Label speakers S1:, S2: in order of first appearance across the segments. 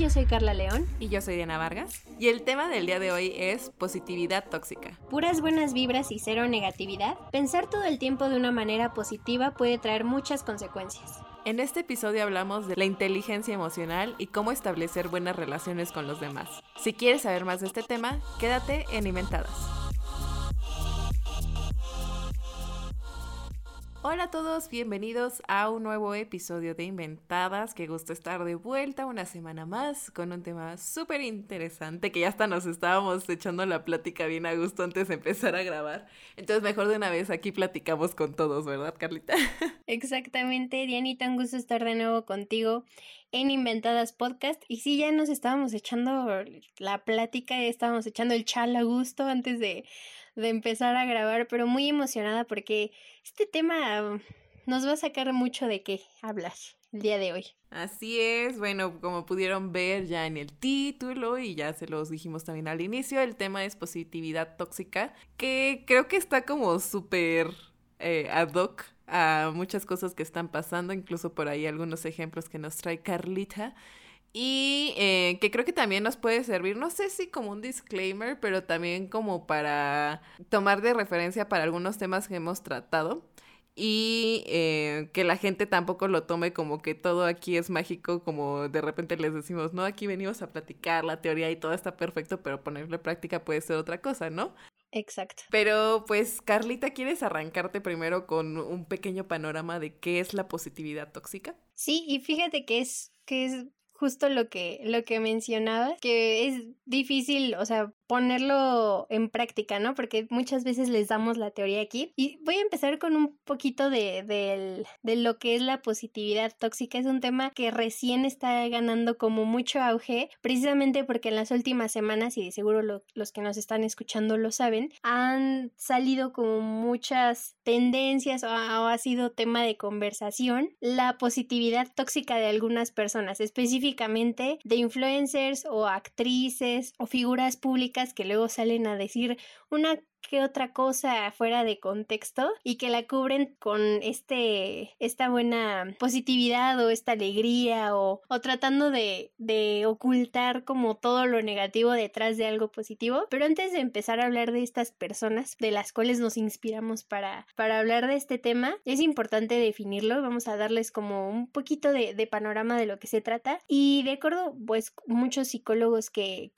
S1: yo soy Carla León.
S2: Y yo soy Diana Vargas. Y el tema del día de hoy es positividad tóxica.
S1: Puras buenas vibras y cero negatividad. Pensar todo el tiempo de una manera positiva puede traer muchas consecuencias.
S2: En este episodio hablamos de la inteligencia emocional y cómo establecer buenas relaciones con los demás. Si quieres saber más de este tema, quédate en Inventadas. Hola a todos, bienvenidos a un nuevo episodio de Inventadas. Qué gusto estar de vuelta una semana más con un tema súper interesante que ya hasta nos estábamos echando la plática bien a gusto antes de empezar a grabar. Entonces mejor de una vez aquí platicamos con todos, ¿verdad, Carlita?
S1: Exactamente, Dianita, un gusto estar de nuevo contigo en Inventadas Podcast. Y sí, ya nos estábamos echando la plática, ya estábamos echando el chal a gusto antes de empezar a grabar, pero muy emocionada porque este tema nos va a sacar mucho de qué hablar el día de hoy.
S2: Así es, bueno, como pudieron ver ya en el título y ya se los dijimos también al inicio, el tema es positividad tóxica, que creo que está como súper ad hoc a muchas cosas que están pasando, incluso por ahí algunos ejemplos que nos trae Carlita. Y que creo que también nos puede servir, no sé si como un disclaimer, pero también como para tomar de referencia para algunos temas que hemos tratado. Y que la gente tampoco lo tome como que todo aquí es mágico, como de repente les decimos, no, aquí venimos a platicar la teoría y todo está perfecto, pero ponerlo en práctica puede ser otra cosa, ¿no?
S1: Exacto.
S2: Pero pues, Carlita, ¿quieres arrancarte primero con un pequeño panorama de qué es la positividad tóxica?
S1: Sí, y fíjate que es justo lo que mencionabas, que es difícil, o sea, ponerlo en práctica, ¿no? Porque muchas veces les damos la teoría aquí. Y voy a empezar con un poquito de lo que es la positividad tóxica. Es un tema que recién está ganando como mucho auge, precisamente porque en las últimas semanas, y de seguro los que nos están escuchando lo saben, han salido como muchas tendencias o ha sido tema de conversación la positividad tóxica de algunas personas, específicamente de influencers o actrices o figuras públicas que luego salen a decir una que otra cosa fuera de contexto y que la cubren con esta buena positividad o esta alegría o tratando de ocultar como todo lo negativo detrás de algo positivo. Pero antes de empezar a hablar de estas personas de las cuales nos inspiramos para hablar de este tema, es importante definirlo. Vamos a darles como un poquito de panorama de lo que se trata, y de acuerdo pues muchos psicólogos que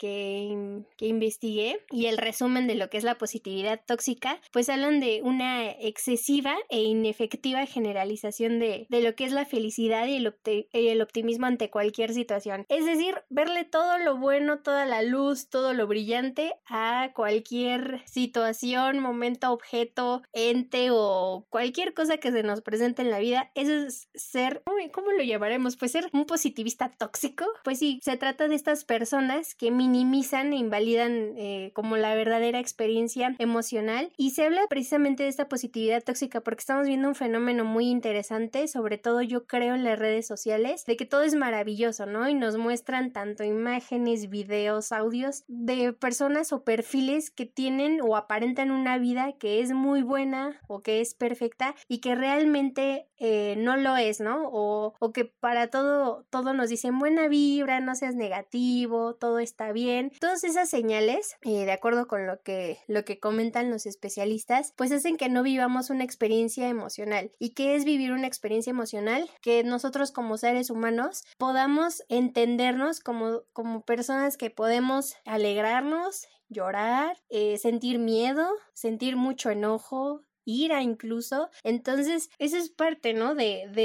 S1: investigué y el resumen de lo que es la positividad tóxica, pues hablan de una excesiva e inefectiva generalización de lo que es la felicidad y el optimismo ante cualquier situación. Es decir, verle todo lo bueno, toda la luz, todo lo brillante a cualquier situación, momento, objeto, ente o cualquier cosa que se nos presente en la vida. Eso es ser, ¿cómo lo llamaremos? Pues ser un positivista tóxico. Pues sí, se trata de estas personas que minimizan e invalidan como la verdadera experiencia emocional, y se habla precisamente de esta positividad tóxica porque estamos viendo un fenómeno muy interesante, sobre todo yo creo en las redes sociales, de que todo es maravilloso, ¿no? Y nos muestran tanto imágenes, videos, audios de personas o perfiles que tienen o aparentan una vida que es muy buena o que es perfecta y que realmente no lo es, ¿no? O que para todo nos dicen buena vibra, no seas negativo, todo está bien. Todas esas señales, de acuerdo con lo que comentan los especialistas, pues hacen que no vivamos una experiencia emocional. ¿Y qué es vivir una experiencia emocional? Que nosotros como seres humanos podamos entendernos como personas que podemos alegrarnos, llorar, sentir miedo, sentir mucho enojo, ira incluso. Entonces eso es parte, ¿no?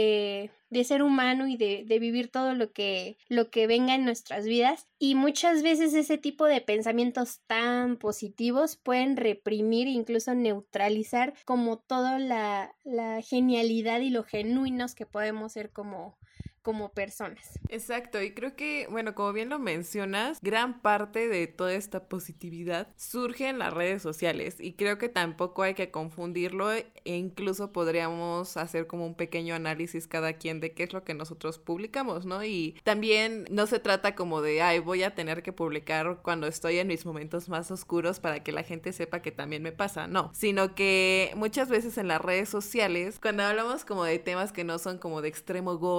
S1: de ser humano y de vivir todo lo que venga en nuestras vidas, y muchas veces ese tipo de pensamientos tan positivos pueden reprimir e incluso neutralizar como toda la genialidad y lo genuinos que podemos ser como personas.
S2: Exacto, y creo que, bueno, como bien lo mencionas, gran parte de toda esta positividad surge en las redes sociales, y creo que tampoco hay que confundirlo, e incluso podríamos hacer como un pequeño análisis cada quien de qué es lo que nosotros publicamos, ¿no? Y también no se trata como de, voy a tener que publicar cuando estoy en mis momentos más oscuros para que la gente sepa que también me pasa, no, sino que muchas veces en las redes sociales, cuando hablamos como de temas que no son como de extremo gozo o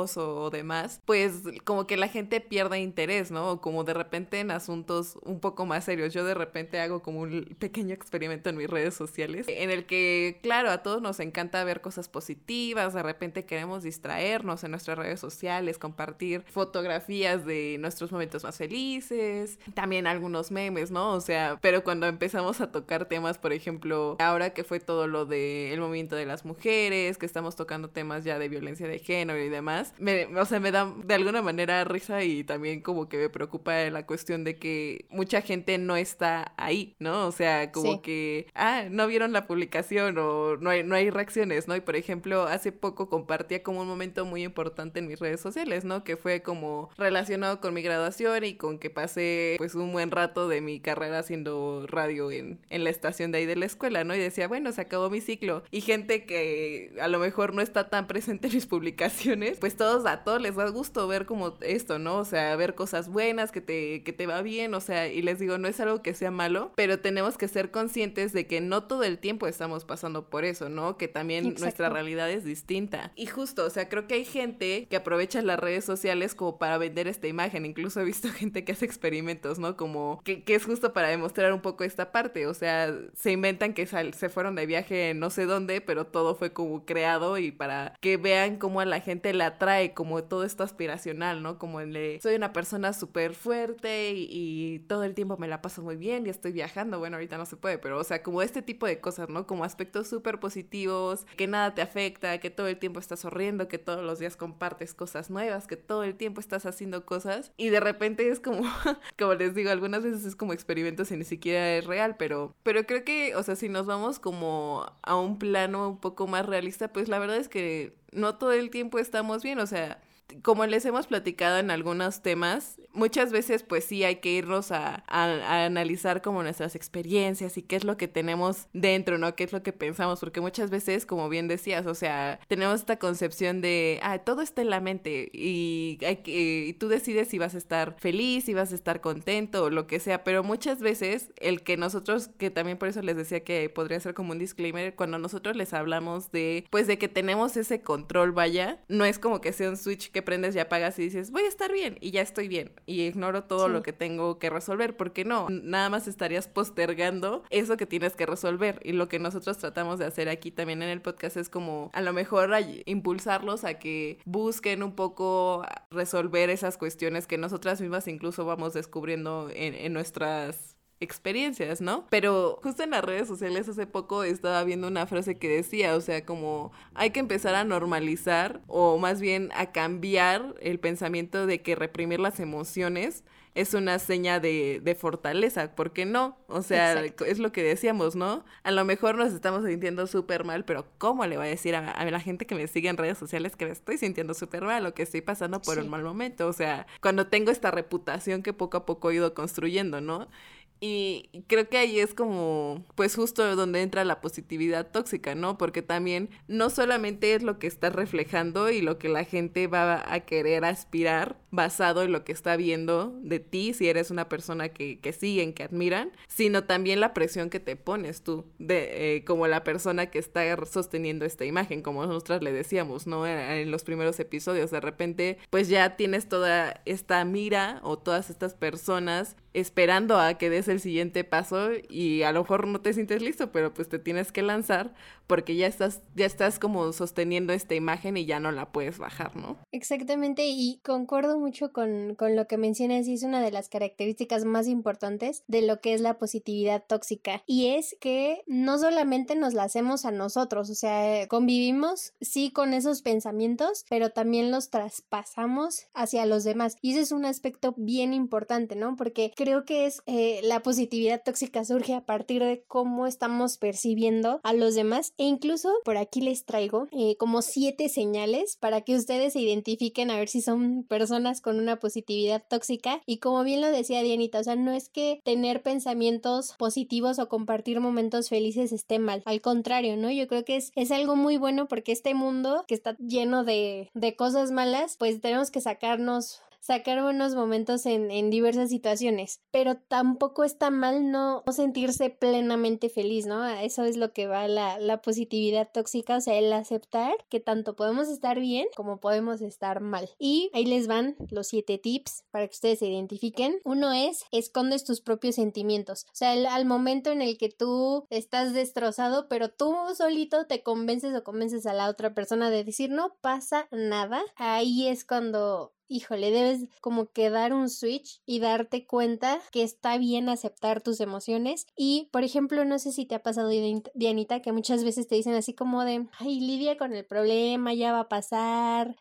S2: demás, pues como que la gente pierde interés, ¿no? O como de repente en asuntos un poco más serios. Yo de repente hago como un pequeño experimento en mis redes sociales en el que, claro, a todos nos encanta ver cosas positivas, de repente queremos distraernos en nuestras redes sociales, compartir fotografías de nuestros momentos más felices, también algunos memes, ¿no? O sea, pero cuando empezamos a tocar temas, por ejemplo, ahora que fue todo lo del movimiento de las mujeres, que estamos tocando temas ya de violencia de género y demás, o sea, me da de alguna manera risa y también como que me preocupa la cuestión de que mucha gente no está ahí, ¿no? O sea, como que, no vieron la publicación o no hay reacciones, ¿no? Y por ejemplo, hace poco compartía como un momento muy importante en mis redes sociales, ¿no? Que fue como relacionado con mi graduación y con que pasé pues un buen rato de mi carrera haciendo radio en la estación de ahí de la escuela, ¿no? Y decía, bueno, se acabó mi ciclo. Y gente que a lo mejor no está tan presente en mis publicaciones, pues a todos les da gusto ver como esto, ¿no? O sea, ver cosas buenas, que te va bien, o sea, y les digo, no es algo que sea malo, pero tenemos que ser conscientes de que no todo el tiempo estamos pasando por eso, ¿no? Que también nuestra realidad es distinta. Y justo, o sea, creo que hay gente que aprovecha las redes sociales como para vender esta imagen. Incluso he visto gente que hace experimentos, ¿no? Como que es justo para demostrar un poco esta parte. O sea, se inventan que se fueron de viaje no sé dónde, pero todo fue como creado y para que vean cómo a la gente le atrae como todo esto aspiracional, ¿no? Como soy una persona súper fuerte y todo el tiempo me la paso muy bien y estoy viajando. Bueno, ahorita no se puede, pero o sea, como este tipo de cosas, ¿no? Como aspectos súper positivos, que nada te afecta, que todo el tiempo estás sonriendo, que todos los días compartes cosas nuevas, que todo el tiempo estás haciendo cosas y de repente es como, como les digo, algunas veces es como experimentos y ni siquiera es real, pero creo que, o sea, si nos vamos como a un plano un poco más realista, pues la verdad es que no todo el tiempo estamos bien, o sea, como les hemos platicado en algunos temas, muchas veces pues sí hay que irnos a analizar como nuestras experiencias y qué es lo que tenemos dentro, ¿no? Qué es lo que pensamos, porque muchas veces, como bien decías, o sea, tenemos esta concepción de, todo está en la mente y tú decides si vas a estar feliz, si vas a estar contento o lo que sea, pero muchas veces el que nosotros, que también por eso les decía que podría ser como un disclaimer, cuando nosotros les hablamos de, pues de que tenemos ese control, vaya, no es como que sea un switch que prendes y apagas y dices, voy a estar bien y ya estoy bien y ignoro todo lo que tengo que resolver, porque no, nada más estarías postergando eso que tienes que resolver. Y lo que nosotros tratamos de hacer aquí también en el podcast es como a lo mejor impulsarlos a que busquen un poco resolver esas cuestiones que nosotras mismas incluso vamos descubriendo en nuestras experiencias, ¿no? Pero justo en las redes sociales hace poco estaba viendo una frase que decía, o sea, como hay que empezar a normalizar o más bien a cambiar el pensamiento de que reprimir las emociones es una seña de fortaleza, ¿por qué no? O sea, es lo que decíamos, ¿no? A lo mejor nos estamos sintiendo súper mal, pero ¿cómo le voy a decir a la gente que me sigue en redes sociales que me estoy sintiendo súper mal o que estoy pasando por un mal momento? O sea, cuando tengo esta reputación que poco a poco he ido construyendo, ¿no? Y creo que ahí es como, pues justo donde entra la positividad tóxica, ¿no? Porque también no solamente es lo que estás reflejando y lo que la gente va a querer aspirar basado en lo que está viendo de ti, si eres una persona que siguen, que admiran, sino también la presión que te pones tú, como la persona que está sosteniendo esta imagen, como nosotras le decíamos, ¿no? En los primeros episodios, de repente, pues ya tienes toda esta mira o todas estas personas esperando a que des el siguiente paso y a lo mejor no te sientes listo, pero pues te tienes que lanzar porque ya estás como sosteniendo esta imagen y ya no la puedes bajar, ¿no?
S1: Exactamente, y concuerdo mucho con lo que mencionas, y es una de las características más importantes de lo que es la positividad tóxica, y es que no solamente nos la hacemos a nosotros, o sea, convivimos sí con esos pensamientos, pero también los traspasamos hacia los demás, y ese es un aspecto bien importante, ¿no? Porque creo que es la positividad tóxica surge a partir de cómo estamos percibiendo a los demás, e incluso por aquí les traigo como 7 señales para que ustedes se identifiquen a ver si son personas con una positividad tóxica. Y como bien lo decía Dianita, o sea, no es que tener pensamientos positivos o compartir momentos felices esté mal, al contrario, ¿no? Yo creo que es algo muy bueno, porque este mundo que está lleno de cosas malas, pues tenemos que sacarnos sacar buenos momentos en diversas situaciones, pero tampoco está mal no sentirse plenamente feliz, ¿no? A eso es lo que va la positividad tóxica, o sea, el aceptar que tanto podemos estar bien como podemos estar mal. Y ahí les van los 7 tips para que ustedes se identifiquen. Uno es, escondes tus propios sentimientos, o sea, al momento en el que tú estás destrozado, pero tú solito te convences o convences a la otra persona de decir no pasa nada, ahí es cuando híjole, debes como que dar un switch y darte cuenta que está bien aceptar tus emociones. Y, por ejemplo, no sé si te ha pasado, Dianita, que muchas veces te dicen así como de, ay, lidia con el problema, ya va a pasar,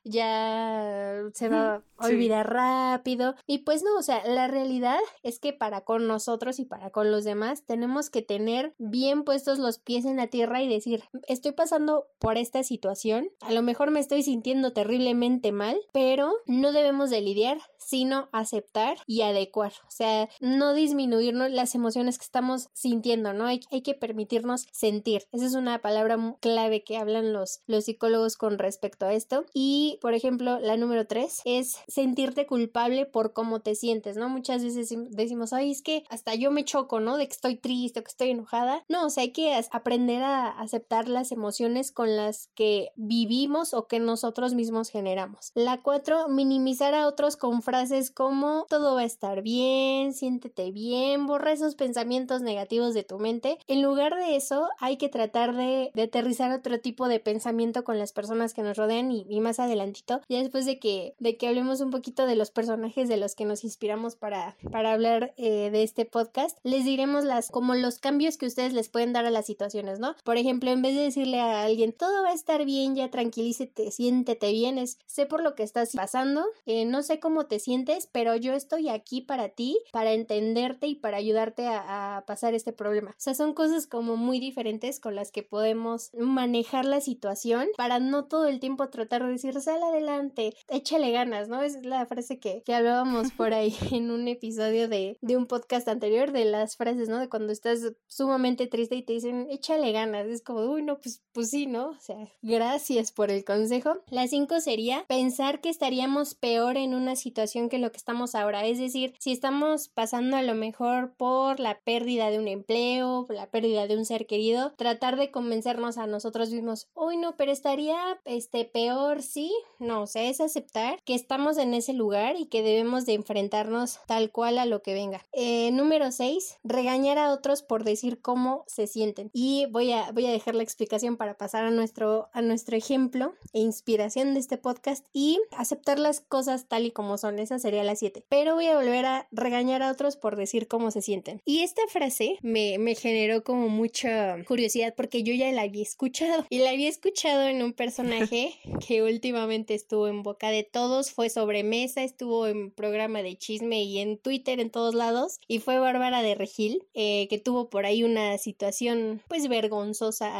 S1: ya se va a olvidar rápido. Y pues no, o sea, la realidad es que para con nosotros y para con los demás tenemos que tener bien puestos los pies en la tierra y decir, estoy pasando por esta situación, a lo mejor me estoy sintiendo terriblemente mal, pero no debemos de lidiar, sino aceptar y adecuar, o sea, no disminuirnos las emociones que estamos sintiendo, ¿no? Hay que permitirnos sentir. Esa es una palabra clave que hablan los psicólogos con respecto a esto. Y, por ejemplo, la número 3 es sentirte culpable por cómo te sientes, ¿no? Muchas veces decimos, ay, es que hasta yo me choco, ¿no? De que estoy triste o que estoy enojada. No, o sea, hay que aprender a aceptar las emociones con las que vivimos o que nosotros mismos generamos. La 4, minimizar a otros con frases como todo va a estar bien, siéntete bien, borra esos pensamientos negativos de tu mente. En lugar de eso, hay que tratar de aterrizar otro tipo de pensamiento con las personas que nos rodean y más adelantito, ya después de que hablemos un poquito de los personajes de los que nos inspiramos para hablar de este podcast, les diremos como los cambios que ustedes les pueden dar a las situaciones, ¿no? Por ejemplo, en vez de decirle a alguien todo va a estar bien, ya tranquilízate, siéntete bien, sé por lo que estás pasando, no sé cómo te sientes, pero yo estoy aquí para ti, para entenderte y para ayudarte a pasar este problema. O sea, son cosas como muy diferentes con las que podemos manejar la situación para no todo el tiempo tratar de decir, sal adelante, échale ganas, ¿no? Es la frase que hablábamos por ahí en un episodio de un podcast anterior, de las frases, ¿no? De cuando estás sumamente triste y te dicen, échale ganas. Es como, uy, no, pues sí, ¿no? O sea, gracias por el consejo. La 5 sería pensar que estaríamos peor en una situación que lo que estamos ahora, es decir, si estamos pasando a lo mejor por la pérdida de un empleo, por la pérdida de un ser querido, tratar de convencernos a nosotros mismos, uy no, pero estaría peor, sí, no, o sea, es aceptar que estamos en ese lugar y que debemos de enfrentarnos tal cual a lo que venga. Número 6, regañar a otros por decir cómo se sienten. Y voy a dejar la explicación para pasar a nuestro ejemplo e inspiración de este podcast y aceptar las cosas tal y como son. Esa sería la 7. Pero voy a volver a regañar a otros por decir cómo se sienten. Y esta frase me generó como mucha curiosidad porque yo ya la había escuchado. Y la había escuchado en un personaje que últimamente estuvo en boca de todos. Fue sobremesa, estuvo en programa de chisme y en Twitter, en todos lados. Y fue Bárbara de Regil, que tuvo por ahí una situación pues vergonzosa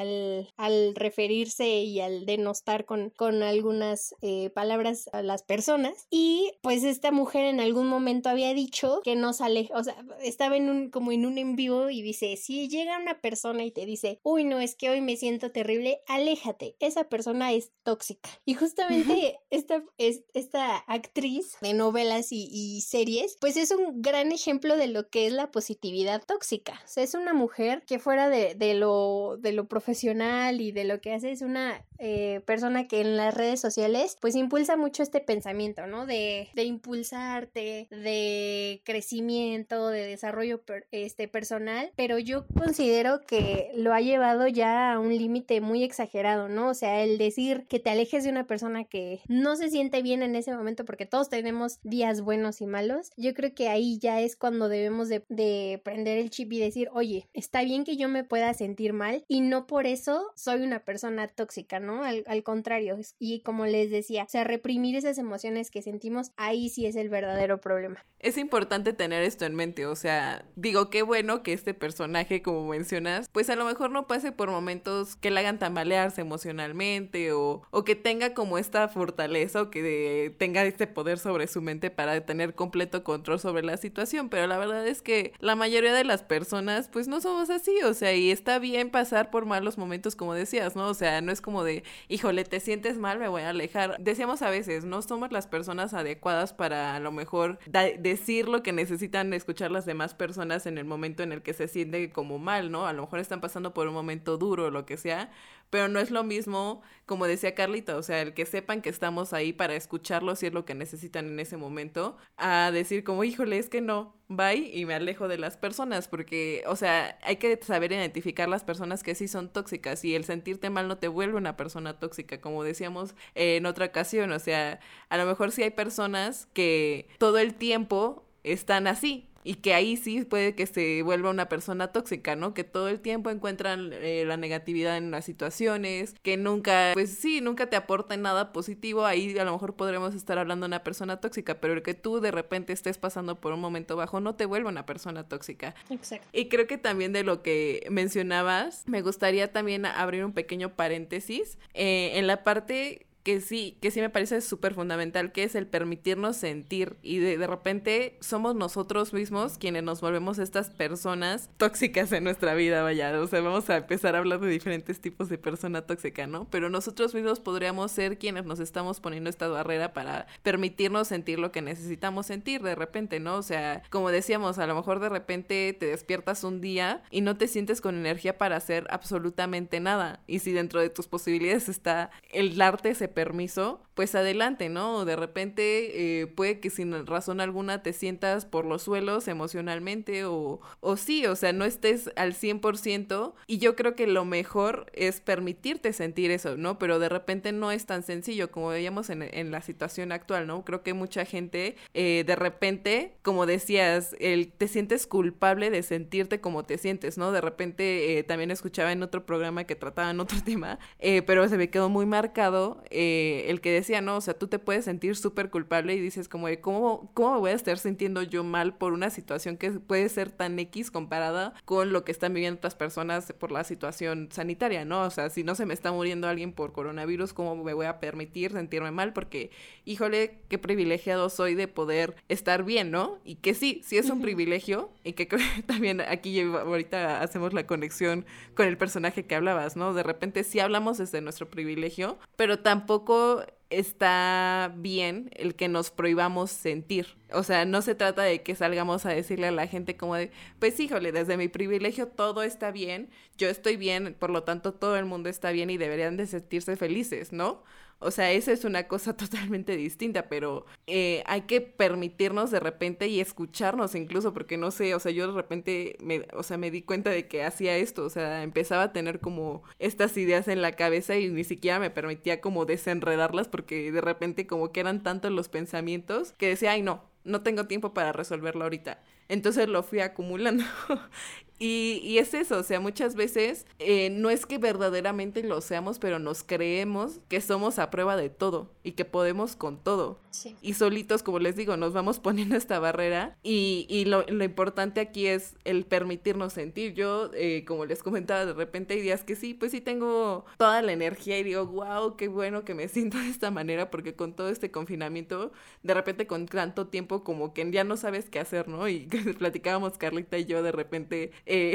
S1: al referirse y al denostar con algunas palabras a las personas. Y pues esta mujer en algún momento había dicho que no sale, o sea, estaba como en un en vivo y dice, si llega una persona y te dice, uy no, es que hoy me siento terrible, aléjate, esa persona es tóxica. Y justamente esta actriz de novelas y series, pues es un gran ejemplo de lo que es la positividad tóxica. O sea, es una mujer que fuera de lo profesional y de lo que hace, es una persona que en las redes sociales pues impulsa mucho este pensamiento, ¿no? De impulsarte, de crecimiento, de desarrollo personal, pero yo considero que lo ha llevado ya a un límite muy exagerado, ¿no? O sea, el decir que te alejes de una persona que no se siente bien en ese momento, porque todos tenemos días buenos y malos, yo creo que ahí ya es cuando debemos de prender el chip y decir, oye, está bien que yo me pueda sentir mal y no por eso soy una persona tóxica, ¿no? Al contrario, y como les decía, o sea, reprimir esas emociones que sentimos, ahí sí es el verdadero problema.
S2: Es importante tener esto en mente, o sea, digo, qué bueno que este personaje, como mencionas, pues a lo mejor no pase por momentos que le hagan tambalearse emocionalmente o que tenga como esta fortaleza o que tenga este poder sobre su mente para tener completo control sobre la situación, pero la verdad es que la mayoría de las personas pues no somos así, o sea, y está bien pasar por malos momentos como decías, ¿no? O sea, no es como de de, híjole, te sientes mal, me voy a alejar. Decíamos a veces, no somos las personas adecuadas para a lo mejor decir lo que necesitan escuchar las demás personas en el momento en el que se sienten como mal, ¿no? A lo mejor están pasando por un momento duro o lo que sea, pero no es lo mismo, como decía Carlita, o sea, el que sepan que estamos ahí para escucharlos si es lo que necesitan en ese momento, a decir como, híjole, es que no, bye, y me alejo de las personas, porque, o sea, hay que saber identificar las personas que sí son tóxicas, y el sentirte mal no te vuelve una persona tóxica, como decíamos en otra ocasión, o sea, a lo mejor sí hay personas que todo el tiempo están así, y que ahí sí puede que se vuelva una persona tóxica, ¿no? Que todo el tiempo encuentran la negatividad en las situaciones, que nunca, pues sí, nunca te aportan nada positivo, ahí a lo mejor podremos estar hablando de una persona tóxica, pero el que tú de repente estés pasando por un momento bajo no te vuelve una persona tóxica.
S1: Exacto.
S2: Y creo que también de lo que mencionabas, me gustaría también abrir un pequeño paréntesis en la parte que sí me parece súper fundamental, que es el permitirnos sentir, y de repente somos nosotros mismos quienes nos volvemos estas personas tóxicas en nuestra vida, vaya, o sea, vamos a empezar a hablar de diferentes tipos de persona tóxica, ¿no? Pero nosotros mismos podríamos ser quienes nos estamos poniendo esta barrera para permitirnos sentir lo que necesitamos sentir de repente, ¿no? O sea, como decíamos, a lo mejor de repente te despiertas un día y no te sientes con energía para hacer absolutamente nada, y si dentro de tus posibilidades está el darte ese permiso, pues adelante, ¿no? O de repente puede que sin razón alguna te sientas por los suelos emocionalmente o sí, o sea, no estés al 100%, y yo creo que lo mejor es permitirte sentir eso, ¿no? Pero de repente no es tan sencillo como veíamos en la situación actual, ¿no? Creo que mucha gente de repente, como decías, te sientes culpable de sentirte como te sientes, ¿no? De repente también escuchaba en otro programa que trataban otro tema, pero se me quedó muy marcado el que decía, no, o sea, tú te puedes sentir súper culpable y dices como de, ¿cómo me voy a estar sintiendo yo mal por una situación que puede ser tan X comparada con lo que están viviendo otras personas por la situación sanitaria, ¿no? O sea, si no se me está muriendo alguien por coronavirus, ¿cómo me voy a permitir sentirme mal? Porque, híjole, qué privilegiado soy de poder estar bien, ¿no? Y que sí es un privilegio, y que creo que también aquí ahorita hacemos la conexión con el personaje que hablabas, ¿no? De repente sí hablamos desde nuestro privilegio, pero tampoco está bien el que nos prohibamos sentir. O sea, no se trata de que salgamos a decirle a la gente como de, pues híjole, desde mi privilegio todo está bien, yo estoy bien, por lo tanto todo el mundo está bien y deberían de sentirse felices, ¿no? O sea, esa es una cosa totalmente distinta, pero hay que permitirnos de repente y escucharnos incluso, porque no sé, o sea, yo de repente me di cuenta de que hacía esto, o sea, empezaba a tener como estas ideas en la cabeza y ni siquiera me permitía como desenredarlas, porque de repente como que eran tantos los pensamientos que decía, ay no tengo tiempo para resolverlo ahorita. Entonces lo fui acumulando. Y es eso, o sea, muchas veces no es que verdaderamente lo seamos, pero nos creemos que somos a prueba de todo y que podemos con todo.
S1: Sí.
S2: Y solitos, como les digo, nos vamos poniendo esta barrera y lo importante aquí es el permitirnos sentir. Yo, como les comentaba, de repente hay días que sí, pues sí tengo toda la energía y digo, wow, qué bueno que me siento de esta manera, porque con todo este confinamiento, de repente con tanto tiempo como que ya no sabes qué hacer, ¿no? Y platicábamos Carlita y yo de repente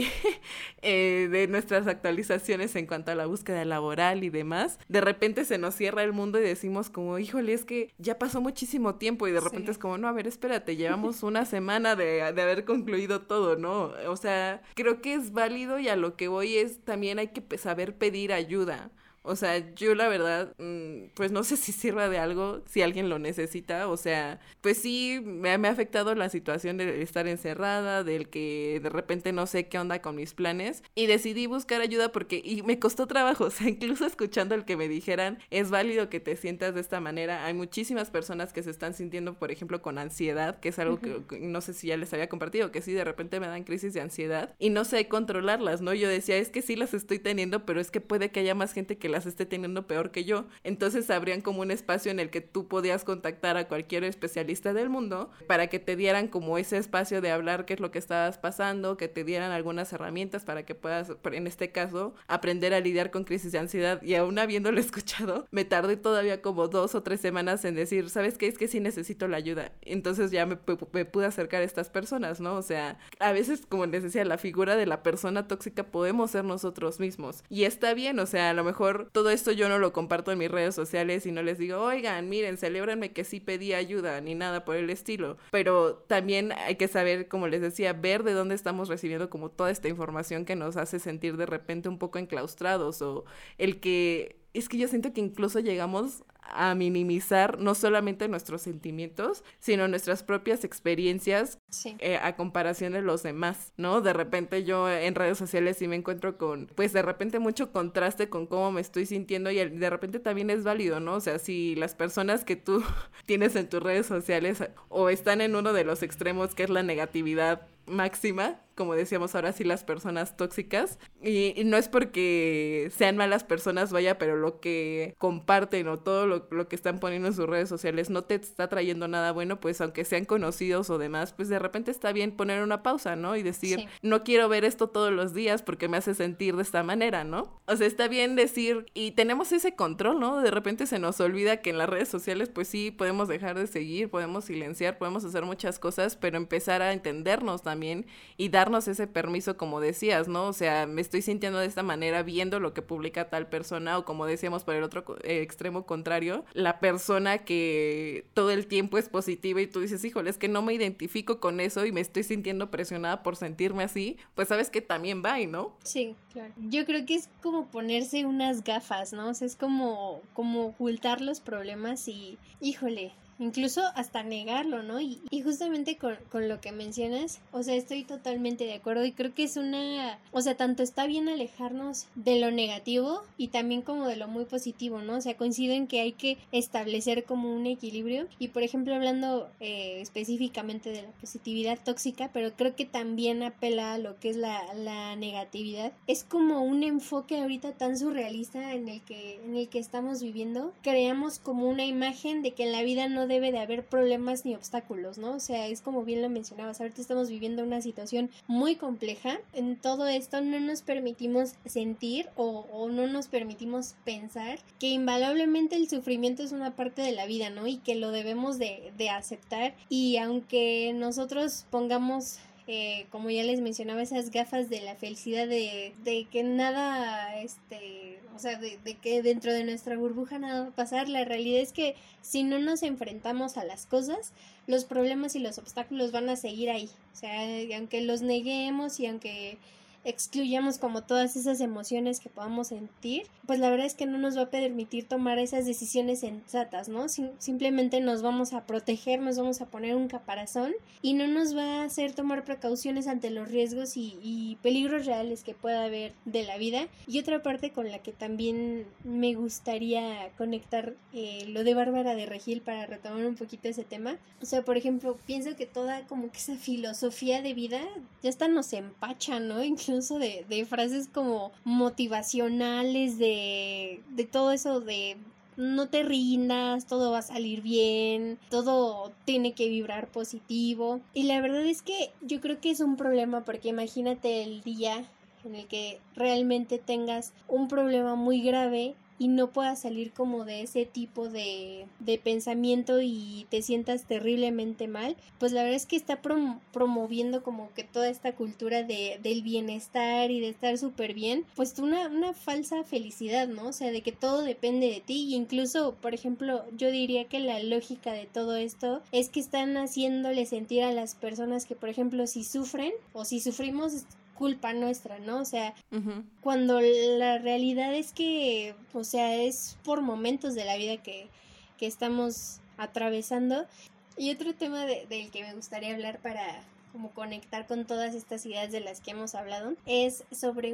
S2: de nuestras actualizaciones en cuanto a la búsqueda laboral y demás, de repente se nos cierra el mundo y decimos como, híjole, es que ya pasó muchísimo tiempo, y de repente sí. Es como, no, a ver, espérate, llevamos una semana de haber concluido todo, ¿no? O sea, creo que es válido, y a lo que voy es también hay que saber pedir ayuda. O sea, yo la verdad, pues no sé si sirva de algo, si alguien lo necesita, o sea, pues sí, me ha afectado la situación de estar encerrada, del que de repente no sé qué onda con mis planes, y decidí buscar ayuda y me costó trabajo, o sea, incluso escuchando el que me dijeran, es válido que te sientas de esta manera. Hay muchísimas personas que se están sintiendo, por ejemplo, con ansiedad, que es algo que no sé si ya les había compartido, que sí, de repente me dan crisis de ansiedad, y no sé controlarlas, ¿no? Yo decía, es que sí las estoy teniendo, pero es que puede que haya más gente que las esté teniendo peor que yo. Entonces habrían como un espacio en el que tú podías contactar a cualquier especialista del mundo para que te dieran como ese espacio de hablar qué es lo que estabas pasando, que te dieran algunas herramientas para que puedas, en este caso, aprender a lidiar con crisis de ansiedad. Y aún habiéndolo escuchado, me tardé todavía como 2 o 3 semanas en decir, ¿sabes qué? Es que sí necesito la ayuda. Entonces ya me pude acercar a estas personas, ¿no? O sea, a veces, como les decía, la figura de la persona tóxica podemos ser nosotros mismos. Y está bien, o sea, a lo mejor mejor todo esto yo no lo comparto en mis redes sociales y no les digo, oigan, miren, celébrenme que sí pedí ayuda, ni nada por el estilo. Pero también hay que saber, como les decía, ver de dónde estamos recibiendo como toda esta información que nos hace sentir de repente un poco enclaustrados, o el que... Es que yo siento que incluso llegamos a minimizar no solamente nuestros sentimientos, sino nuestras propias experiencias,
S1: sí,
S2: a comparación de los demás, ¿no? De repente yo en redes sociales sí me encuentro con, pues de repente mucho contraste con cómo me estoy sintiendo, y de repente también es válido, ¿no? O sea, si las personas que tú tienes en tus redes sociales o están en uno de los extremos, que es la negatividad máxima, como decíamos ahora sí, las personas tóxicas, y no es porque sean malas personas, vaya, pero lo que comparten o todo lo que están poniendo en sus redes sociales no te está trayendo nada bueno, pues aunque sean conocidos o demás, pues de repente está bien poner una pausa, ¿no? Y decir,
S1: sí,
S2: no quiero ver esto todos los días porque me hace sentir de esta manera, ¿no? O sea, está bien decir, y tenemos ese control, ¿no? De repente se nos olvida que en las redes sociales, pues sí, podemos dejar de seguir, podemos silenciar, podemos hacer muchas cosas, pero empezar a entendernos también y darnos ese permiso, como decías, ¿no? O sea, me estoy sintiendo de esta manera viendo lo que publica tal persona, o como decíamos por el otro extremo contrario, la persona que todo el tiempo es positiva y tú dices, híjole, es que no me identifico con eso y me estoy sintiendo presionada por sentirme así, pues sabes que también va, ¿no?
S1: sí, claro. Yo creo que es como ponerse unas gafas, ¿no? O sea, es como ocultar los problemas y, híjole, incluso hasta negarlo, ¿no? Y justamente con lo que mencionas, o sea, estoy totalmente de acuerdo y creo que es o sea, tanto está bien alejarnos de lo negativo y también como de lo muy positivo, ¿no? O sea, coincido en que hay que establecer como un equilibrio y, por ejemplo, hablando específicamente de la positividad tóxica, pero creo que también apela a lo que es la negatividad. Es como un enfoque ahorita tan surrealista en el que estamos viviendo. Creamos como una imagen de que en la vida no debe de haber problemas ni obstáculos, ¿no? O sea, es como bien lo mencionabas, ahorita estamos viviendo una situación muy compleja. En todo esto no nos permitimos sentir o no nos permitimos pensar que invalablemente el sufrimiento es una parte de la vida, ¿no? Y que lo debemos de aceptar, y aunque nosotros pongamos como ya les mencionaba, esas gafas de la felicidad de que nada, o sea, de que dentro de nuestra burbuja nada va a pasar, la realidad es que si no nos enfrentamos a las cosas, los problemas y los obstáculos van a seguir ahí. O sea, y aunque los neguemos y aunque excluyamos como todas esas emociones que podamos sentir, pues la verdad es que no nos va a permitir tomar esas decisiones sensatas, ¿no? Simplemente nos vamos a proteger, nos vamos a poner un caparazón y no nos va a hacer tomar precauciones ante los riesgos y peligros reales que pueda haber de la vida. Y otra parte con la que también me gustaría conectar lo de Bárbara de Regil para retomar un poquito ese tema. O sea, por ejemplo, pienso que toda como que esa filosofía de vida ya hasta nos empacha, ¿no? Incluso de frases como motivacionales, de todo eso de no te rindas, todo va a salir bien, todo tiene que vibrar positivo. Y la verdad es que yo creo que es un problema, porque imagínate el día en el que realmente tengas un problema muy grave y no puedas salir como de ese tipo de pensamiento y te sientas terriblemente mal, pues la verdad es que está promoviendo como que toda esta cultura del bienestar y de estar súper bien, pues una falsa felicidad, ¿no? O sea, de que todo depende de ti. Y incluso, por ejemplo, yo diría que la lógica de todo esto es que están haciéndole sentir a las personas que, por ejemplo, si sufren o si sufrimos, culpa nuestra, ¿no? O sea, cuando la realidad es que, o sea, es por momentos de la vida que estamos atravesando. Y otro tema del que me gustaría hablar para como conectar con todas estas ideas de las que hemos hablado, es sobre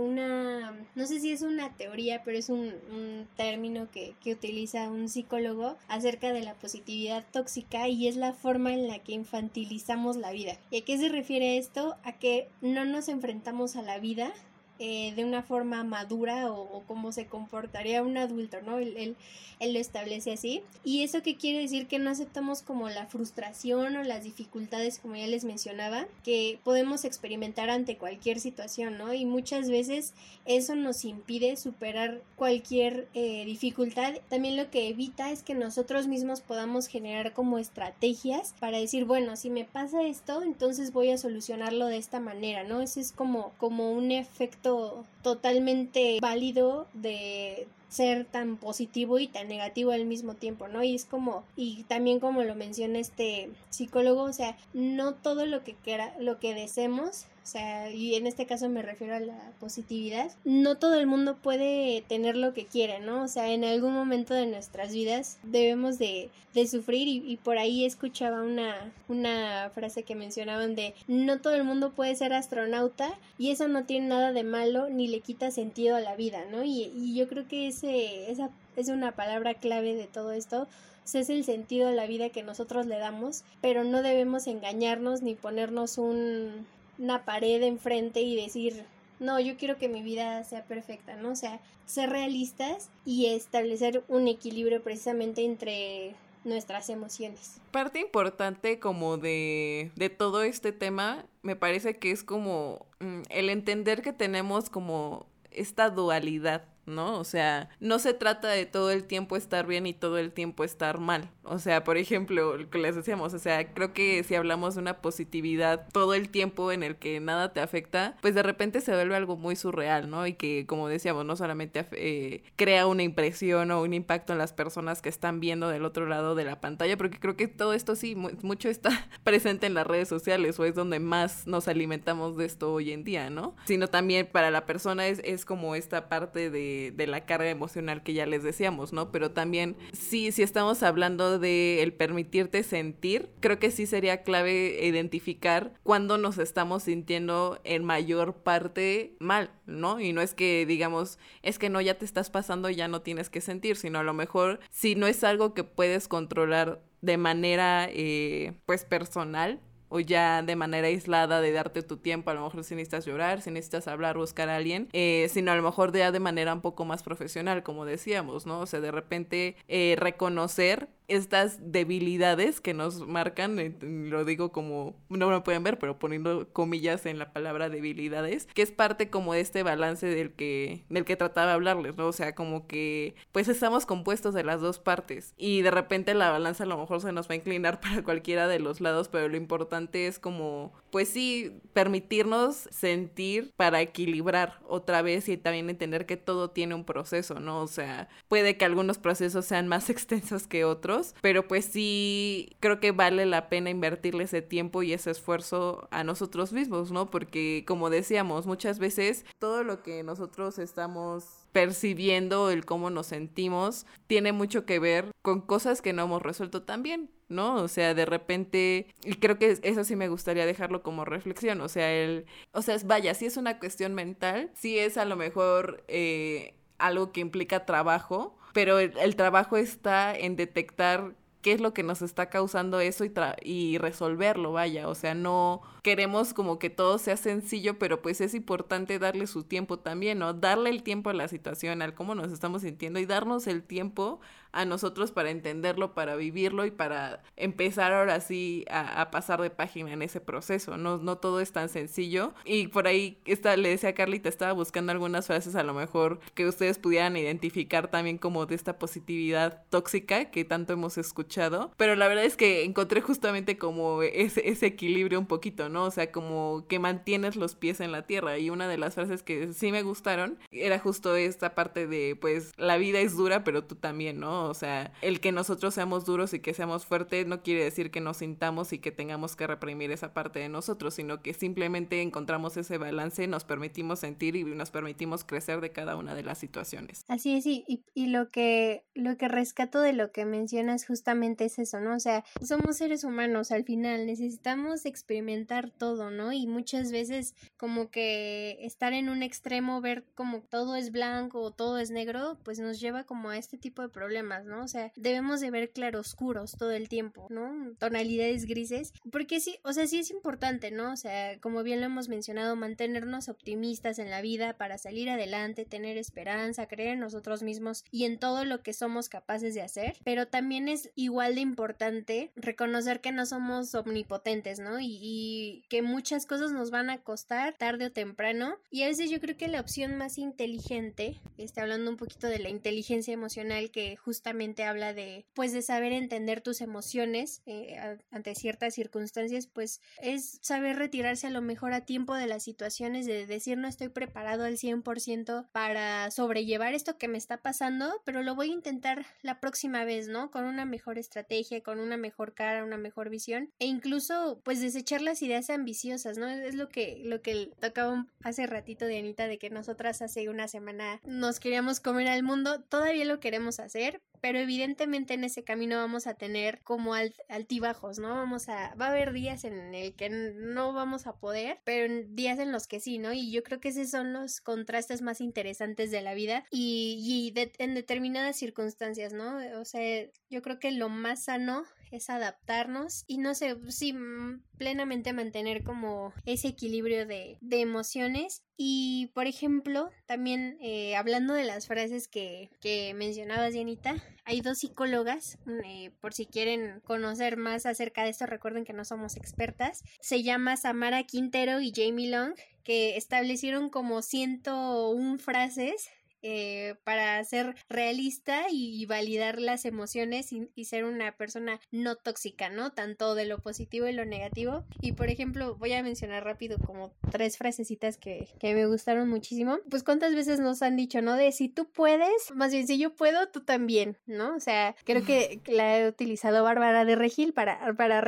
S1: no sé si es una teoría, pero es un término que utiliza un psicólogo acerca de la positividad tóxica, y es la forma en la que infantilizamos la vida. ¿Y a qué se refiere esto? A que no nos enfrentamos a la vida de una forma madura o como se comportaría un adulto, ¿no? Él lo establece así. ¿Y eso qué quiere decir? Que no aceptamos como la frustración o las dificultades, como ya les mencionaba, que podemos experimentar ante cualquier situación, ¿no? Y muchas veces eso nos impide superar cualquier dificultad. También lo que evita es que nosotros mismos podamos generar como estrategias para decir, bueno, si me pasa esto, entonces voy a solucionarlo de esta manera, ¿no? Ese es como un efecto totalmente válido de ser tan positivo y tan negativo al mismo tiempo, ¿no? Y es como, y también como lo menciona este psicólogo, o sea, no todo lo que lo que deseemos, o sea, y en este caso me refiero a la positividad, no todo el mundo puede tener lo que quiere, ¿no? O sea, en algún momento de nuestras vidas debemos de sufrir y por ahí escuchaba una frase que mencionaban de no todo el mundo puede ser astronauta y eso no tiene nada de malo ni le quita sentido a la vida, ¿no? Y yo creo que esa es una palabra clave de todo esto. O sea, es el sentido a la vida que nosotros le damos, pero no debemos engañarnos ni ponernos una pared enfrente y decir, no, yo quiero que mi vida sea perfecta, ¿no? O sea, ser realistas y establecer un equilibrio precisamente entre nuestras emociones.
S2: Parte importante como de todo este tema, me parece que es como el entender que tenemos como esta dualidad, ¿no? O sea, no se trata de todo el tiempo estar bien y todo el tiempo estar mal. O sea, por ejemplo, lo que les decíamos, o sea, creo que si hablamos de una positividad todo el tiempo en el que nada te afecta, pues de repente se vuelve algo muy surreal, ¿no? Y que, como decíamos, no solamente crea una impresión o un impacto en las personas que están viendo del otro lado de la pantalla, porque creo que todo esto sí, mucho está presente en las redes sociales o es donde más nos alimentamos de esto hoy en día, ¿no? Sino también para la persona es como esta parte de la carga emocional que ya les decíamos, ¿no? Pero también, si estamos hablando de el permitirte sentir, creo que sí sería clave identificar cuándo nos estamos sintiendo en mayor parte mal, ¿no? Y no es que digamos, es que no, ya te estás pasando y ya no tienes que sentir, sino a lo mejor si no es algo que puedes controlar de manera, pues, personal, o ya de manera aislada de darte tu tiempo, a lo mejor si necesitas llorar, si necesitas hablar, buscar a alguien, sino a lo mejor ya de manera un poco más profesional, como decíamos, ¿no? O sea, de repente reconocer estas debilidades que nos marcan, lo digo como, no me pueden ver, pero poniendo comillas en la palabra debilidades, que es parte como de este balance del que trataba de hablarles, ¿no? O sea, como que pues estamos compuestos de las dos partes y de repente la balanza a lo mejor se nos va a inclinar para cualquiera de los lados, pero lo importante es como, pues sí, permitirnos sentir para equilibrar otra vez y también entender que todo tiene un proceso, ¿no? O sea, puede que algunos procesos sean más extensos que otros, pero pues sí creo que vale la pena invertirle ese tiempo y ese esfuerzo a nosotros mismos, ¿no? Porque como decíamos, muchas veces todo lo que nosotros estamos percibiendo, el cómo nos sentimos, tiene mucho que ver con cosas que no hemos resuelto tan bien, ¿no? O sea, de repente, y creo que eso sí me gustaría dejarlo como reflexión, o sea, vaya, sí es una cuestión mental, sí es a lo mejor algo que implica trabajo, pero el trabajo está en detectar qué es lo que nos está causando eso y resolverlo, vaya, o sea, no queremos como que todo sea sencillo, pero pues es importante darle su tiempo también, ¿no? Darle el tiempo a la situación, al cómo nos estamos sintiendo y darnos el tiempo a nosotros para entenderlo, para vivirlo y para empezar ahora sí a pasar de página en ese proceso, no todo es tan sencillo. Y por ahí le decía a Carlita, estaba buscando algunas frases a lo mejor que ustedes pudieran identificar también como de esta positividad tóxica que tanto hemos escuchado, pero la verdad es que encontré justamente como ese equilibrio un poquito, ¿no? O sea, como que mantienes los pies en la tierra, y una de las frases que sí me gustaron era justo esta parte de, pues, la vida es dura, pero tú también, ¿no? O sea, el que nosotros seamos duros y que seamos fuertes no quiere decir que nos sintamos y que tengamos que reprimir esa parte de nosotros, sino que simplemente encontramos ese balance, nos permitimos sentir y nos permitimos crecer de cada una de las situaciones.
S1: Así es, y lo que rescato de lo que mencionas justamente es eso, ¿no? O sea, somos seres humanos al final, necesitamos experimentar todo, ¿no? Y muchas veces como que estar en un extremo, ver como todo es blanco o todo es negro, pues nos lleva como a este tipo de problemas, ¿no? O sea, debemos de ver claroscuros todo el tiempo, ¿no? Tonalidades grises, porque sí, o sea, sí es importante, ¿no? O sea, como bien lo hemos mencionado, mantenernos optimistas en la vida para salir adelante, tener esperanza, creer en nosotros mismos y en todo lo que somos capaces de hacer, pero también es igual de importante reconocer que no somos omnipotentes, ¿no? Y que muchas cosas nos van a costar tarde o temprano, y a veces yo creo que la opción más inteligente, hablando un poquito de la inteligencia emocional, que justamente habla de, pues, de saber entender tus emociones ante ciertas circunstancias, pues es saber retirarse a lo mejor a tiempo de las situaciones, de decir no estoy preparado al 100% para sobrellevar esto que me está pasando, pero lo voy a intentar la próxima vez, ¿no? Con una mejor estrategia, con una mejor cara, una mejor visión, e incluso pues desechar las ideas ambiciosas, ¿no? Es lo que tocaba hace ratito de Anita, de que nosotras hace una semana nos queríamos comer al mundo, todavía lo queremos hacer, pero evidentemente en ese camino vamos a tener como altibajos, ¿no? Va a haber días en el que no vamos a poder, pero en días en los que sí, ¿no? Y yo creo que esos son los contrastes más interesantes de la vida en determinadas circunstancias, ¿no? O sea, yo creo que lo más sano es adaptarnos y no sé, sí, plenamente mantener como ese equilibrio de emociones. Y por ejemplo, también hablando de las frases que mencionabas, Dianita, hay 2 psicólogas, por si quieren conocer más acerca de esto, recuerden que no somos expertas, se llama Samara Quintero y Jamie Long, que establecieron como 101 frases para ser realista y validar las emociones y ser una persona no tóxica, ¿no? Tanto de lo positivo y lo negativo. Y por ejemplo, voy a mencionar rápido como 3 frasecitas que me gustaron muchísimo. Pues cuántas veces nos han dicho, ¿no? De si tú puedes, más bien si yo puedo, tú también, ¿no? O sea, creo que la he utilizado Bárbara de Regil para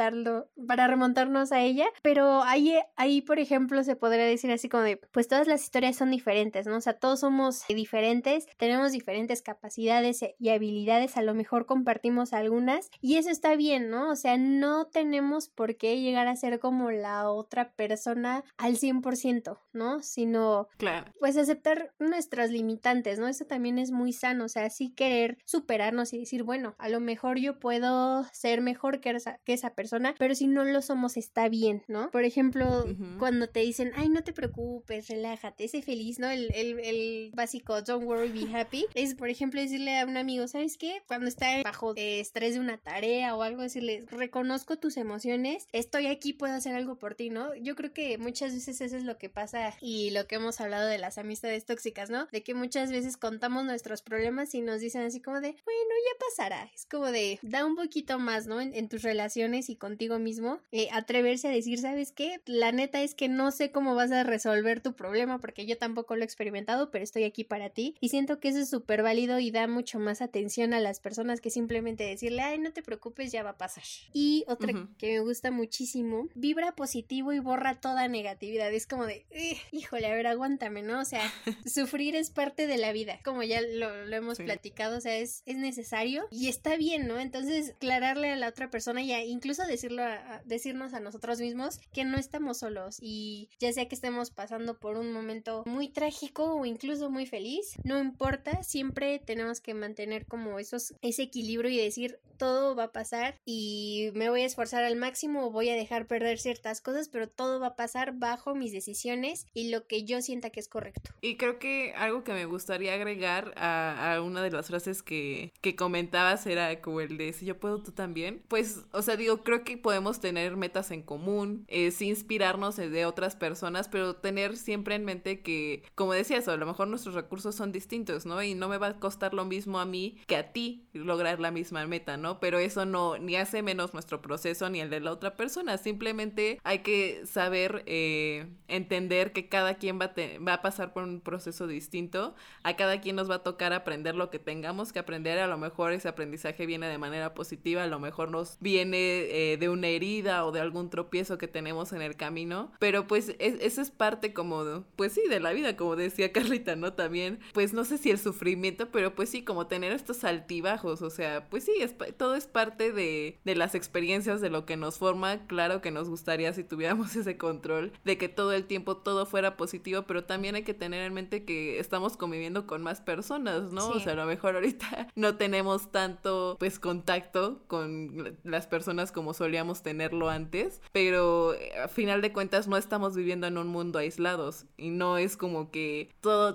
S1: remontarnos a ella, pero ahí por ejemplo se podría decir así como de, pues todas las historias son diferentes, ¿no? O sea, todos somos diferentes, tenemos diferentes capacidades y habilidades, a lo mejor compartimos algunas y eso está bien, ¿no? O sea, no tenemos por qué llegar a ser como la otra persona al 100%, ¿no? Sino,
S2: claro,
S1: pues aceptar nuestras limitantes, ¿no? Eso también es muy sano, o sea, sí querer superarnos y decir, bueno, a lo mejor yo puedo ser mejor que esa persona, pero si no lo somos está bien, ¿no? Por ejemplo, cuando te dicen, ay, no te preocupes, relájate, sé feliz, ¿no? El básico don't worry, be happy, es por ejemplo decirle a un amigo, ¿sabes qué? Cuando está bajo estrés de una tarea o algo, decirle, reconozco tus emociones, estoy aquí, puedo hacer algo por ti, ¿no? Yo creo que muchas veces eso es lo que pasa y lo que hemos hablado de las amistades tóxicas, ¿no? De que muchas veces contamos nuestros problemas y nos dicen así como de, bueno, ya pasará, es como de, da un poquito más, ¿no? En tus relaciones y contigo mismo, atreverse a decir, ¿sabes qué? La neta es que no sé cómo vas a resolver tu problema porque yo tampoco lo he experimentado, pero estoy aquí para ti y siento que eso es súper válido y da mucho más atención a las personas que simplemente decirle, ay, no te preocupes, ya va a pasar. Y otra que me gusta muchísimo, vibra positivo y borra toda negatividad, es como de, híjole, a ver, aguántame, ¿no? O sea, sufrir es parte de la vida, como ya lo hemos platicado, o sea, es necesario y está bien, ¿no? Entonces, aclararle a la otra persona y incluso decirnos a nosotros mismos que no estamos solos y ya sea que estemos pasando por un momento muy trágico o incluso muy feliz, no importa, siempre tenemos que mantener como ese equilibrio y decir, todo va a pasar y me voy a esforzar al máximo o voy a dejar perder ciertas cosas, pero todo va a pasar bajo mis decisiones y lo que yo sienta que es correcto.
S2: Y creo que algo que me gustaría agregar a una de las frases que comentabas era como el de, si yo puedo, tú también. Pues, o sea, digo, creo que podemos tener metas en común, sí inspirarnos de otras personas, pero tener siempre en mente que, como decías, a lo mejor nuestros recursos son distintos, ¿no? Y no me va a costar lo mismo a mí que a ti lograr la misma meta, ¿no? Pero eso no, ni hace menos nuestro proceso ni el de la otra persona. Simplemente hay que saber entender que cada quien va a pasar por un proceso distinto. A cada quien nos va a tocar aprender lo que tengamos que aprender. A lo mejor ese aprendizaje viene de manera positiva, a lo mejor nos viene de una herida o de algún tropiezo que tenemos en el camino. Pero pues eso es parte como, pues sí, de la vida, como decía Carlita, ¿no? También, pues no sé si el sufrimiento, pero pues sí, como tener estos altibajos, o sea, pues sí, todo es parte de las experiencias, de lo que nos forma. Claro que nos gustaría si tuviéramos ese control de que todo el tiempo todo fuera positivo, pero también hay que tener en mente que estamos conviviendo con más personas, ¿no? Sí. O sea, a lo mejor ahorita no tenemos tanto, pues, contacto con las personas como solíamos tenerlo antes, pero a final de cuentas no estamos viviendo en un mundo aislados y no es como que tengamos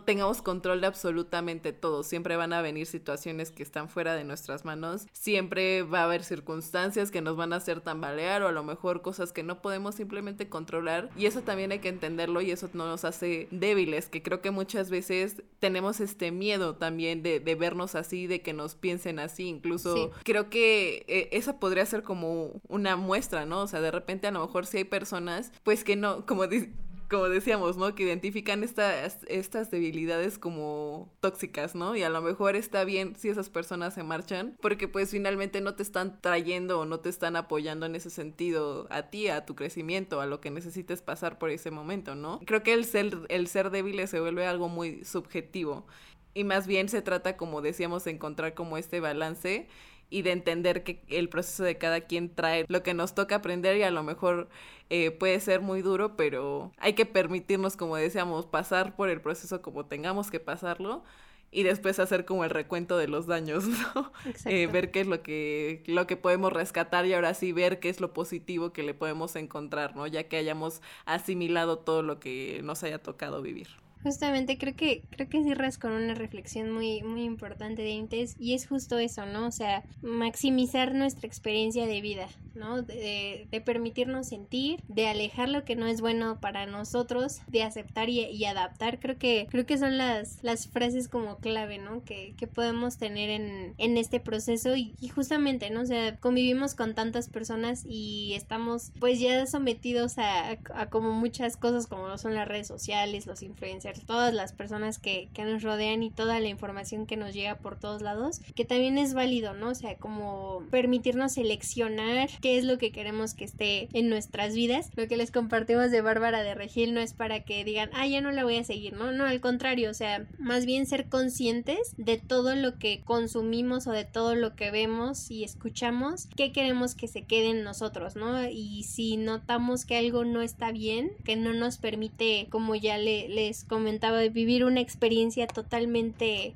S2: control de absolutamente todo. Siempre van a venir situaciones que están fuera de nuestras manos, siempre va a haber circunstancias que nos van a hacer tambalear o a lo mejor cosas que no podemos simplemente controlar, y eso también hay que entenderlo y eso no nos hace débiles, que creo que muchas veces tenemos este miedo también de vernos así, de que nos piensen así, incluso sí. Creo que esa podría ser como una muestra, ¿no? O sea, de repente a lo mejor sí hay personas pues que no, como decíamos, ¿no? Que identifican estas debilidades como tóxicas, ¿no? Y a lo mejor está bien si esas personas se marchan, porque pues finalmente no te están trayendo o no te están apoyando en ese sentido a ti, a tu crecimiento, a lo que necesites pasar por ese momento, ¿no? Creo que el ser débil se vuelve algo muy subjetivo y más bien se trata, como decíamos, de encontrar como este balance y de entender que el proceso de cada quien trae lo que nos toca aprender y a lo mejor puede ser muy duro, pero hay que permitirnos, como decíamos, pasar por el proceso como tengamos que pasarlo y después hacer como el recuento de los daños, ¿no? Ver qué es lo que podemos rescatar y ahora sí ver qué es lo positivo que le podemos encontrar, ¿no? Ya que hayamos asimilado todo lo que nos haya tocado vivir.
S1: Justamente creo que cierras con una reflexión muy, muy importante de Intes, y es justo eso, ¿no? O sea, maximizar nuestra experiencia de vida, ¿no? De permitirnos sentir, de alejar lo que no es bueno para nosotros, de aceptar y adaptar. Creo que son las frases como clave, ¿no? Que podemos tener en este proceso y justamente, ¿no? O sea, convivimos con tantas personas y estamos pues ya sometidos a como muchas cosas como lo son las redes sociales, los influencers, todas las personas que nos rodean y toda la información que nos llega por todos lados, que también es válido, ¿no? O sea, como permitirnos seleccionar qué es lo que queremos que esté en nuestras vidas. Lo que les compartimos de Bárbara de Regil no es para que digan, ya no la voy a seguir, ¿no? No, al contrario, o sea, más bien ser conscientes de todo lo que consumimos o de todo lo que vemos y escuchamos, qué queremos que se quede en nosotros, ¿no? Y si notamos que algo no está bien, que no nos permite, como ya les comentaba, vivir una experiencia totalmente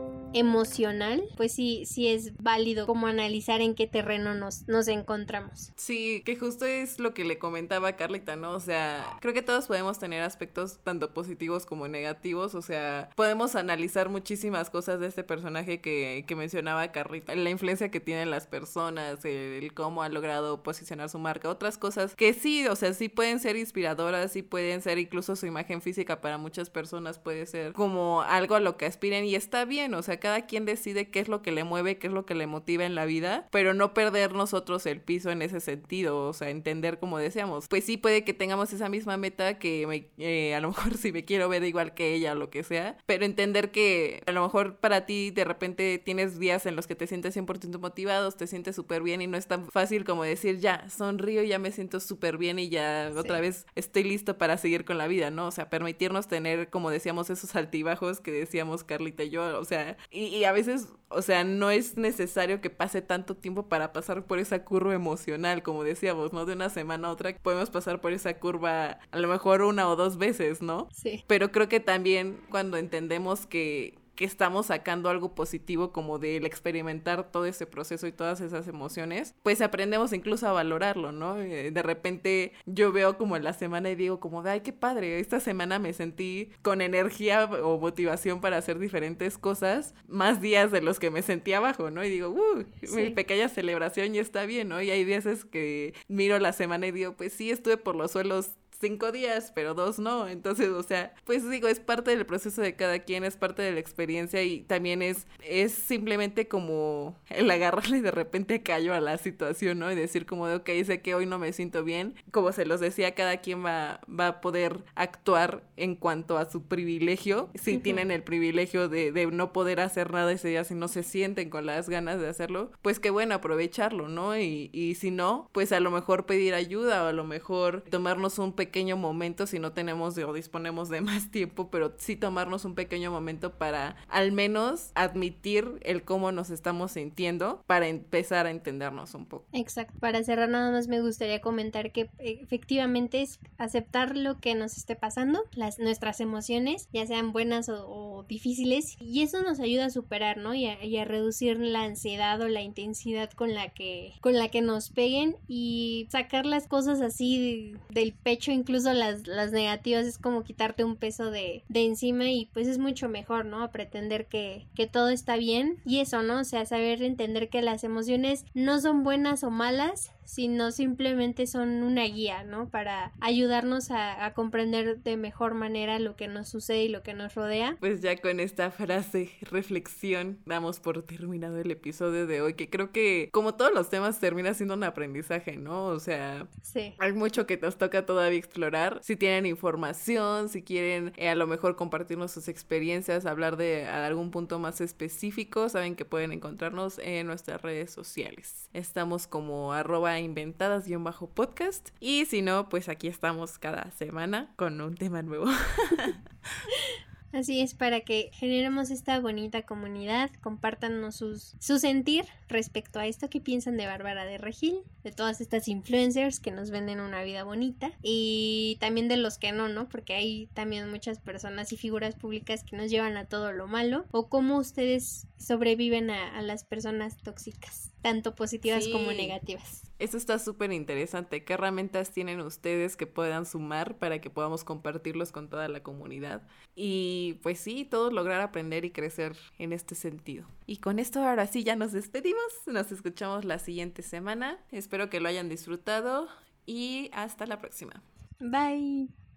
S1: emocional, pues sí es válido como analizar en qué terreno nos encontramos.
S2: Sí, que justo es lo que le comentaba a Carlita, ¿no? O sea, creo que todos podemos tener aspectos tanto positivos como negativos, o sea, podemos analizar muchísimas cosas de este personaje que mencionaba Carlita, la influencia que tienen las personas, el cómo ha logrado posicionar su marca, otras cosas que sí, o sea, sí pueden ser inspiradoras, sí pueden ser incluso su imagen física para muchas personas puede ser como algo a lo que aspiren y está bien, o sea, cada quien decide qué es lo que le mueve, qué es lo que le motiva en la vida, pero no perder nosotros el piso en ese sentido, o sea, entender, como decíamos, pues sí puede que tengamos esa misma meta que a lo mejor si me quiero ver igual que ella o lo que sea, pero entender que a lo mejor para ti de repente tienes días en los que te sientes 100% motivados, te sientes súper bien y no es tan fácil como decir, ya, sonrío, ya me siento súper bien y ya otra vez estoy listo para seguir con la vida, ¿no? O sea, permitirnos tener, como decíamos, esos altibajos que decíamos Carlita y yo, o sea, y a veces, o sea, no es necesario que pase tanto tiempo para pasar por esa curva emocional, como decíamos, ¿no? De una semana a otra podemos pasar por esa curva a lo mejor 1 o 2 veces, ¿no?
S1: Sí.
S2: Pero creo que también cuando entendemos que estamos sacando algo positivo como del experimentar todo ese proceso y todas esas emociones, pues aprendemos incluso a valorarlo, ¿no? De repente yo veo como en la semana y digo como, ay, qué padre, esta semana me sentí con energía o motivación para hacer diferentes cosas, más días de los que me sentía abajo, ¿no? Y digo,
S1: sí,
S2: mi pequeña celebración ya está bien, ¿no? Y hay veces que miro la semana y digo, pues sí, estuve por los suelos 5 días, pero 2 no. Entonces, o sea, pues digo, es parte del proceso de cada quien, es parte de la experiencia y también es simplemente como el agarrarle de repente callo a la situación, ¿no? Y decir como de, ok, sé que hoy no me siento bien. Como se los decía, cada quien va a poder actuar en cuanto a su privilegio. Si tienen el privilegio de no poder hacer nada ese día, si no se sienten con las ganas de hacerlo, pues qué bueno, aprovecharlo, ¿no? Y si no, pues a lo mejor pedir ayuda o a lo mejor tomarnos un pequeño momento si no tenemos o disponemos de más tiempo, pero sí tomarnos un pequeño momento para al menos admitir el cómo nos estamos sintiendo para empezar a entendernos un poco.
S1: Exacto. Para cerrar nada más me gustaría comentar que efectivamente es aceptar lo que nos esté pasando, nuestras emociones, ya sean buenas o difíciles, y eso nos ayuda a superar, ¿no? Y a reducir la ansiedad o la intensidad con la que nos peguen, y sacar las cosas así del pecho, incluso las negativas, es como quitarte un peso de encima, y pues es mucho mejor, ¿no? A pretender que todo está bien, y eso, ¿no? O sea, saber entender que las emociones no son buenas o malas, sino simplemente son una guía, ¿no? Para ayudarnos a comprender de mejor manera lo que nos sucede y lo que nos rodea.
S2: Pues ya con esta frase, reflexión, damos por terminado el episodio de hoy, que creo que como todos los temas termina siendo un aprendizaje, ¿no? O sea,
S1: sí,
S2: hay mucho que nos toca todavía explorar. Si tienen información, si quieren a lo mejor compartirnos sus experiencias, hablar de algún punto más específico, saben que pueden encontrarnos en nuestras redes sociales. Estamos como @inventadas_podcast, y si no, pues aquí estamos cada semana con un tema nuevo.
S1: Así es, para que generemos esta bonita comunidad. Compártanos su sentir respecto a esto, que piensan de Bárbara de Regil, de todas estas influencers que nos venden una vida bonita, y también de los que no, porque hay también muchas personas y figuras públicas que nos llevan a todo lo malo, o cómo ustedes sobreviven a las personas tóxicas, tanto positivas como negativas.
S2: Eso está súper interesante. ¿Qué herramientas tienen ustedes que puedan sumar para que podamos compartirlos con toda la comunidad? Y pues sí, todos lograr aprender y crecer en este sentido. Y con esto ahora sí ya nos despedimos. Nos escuchamos la siguiente semana. Espero que lo hayan disfrutado y hasta la próxima.
S1: Bye.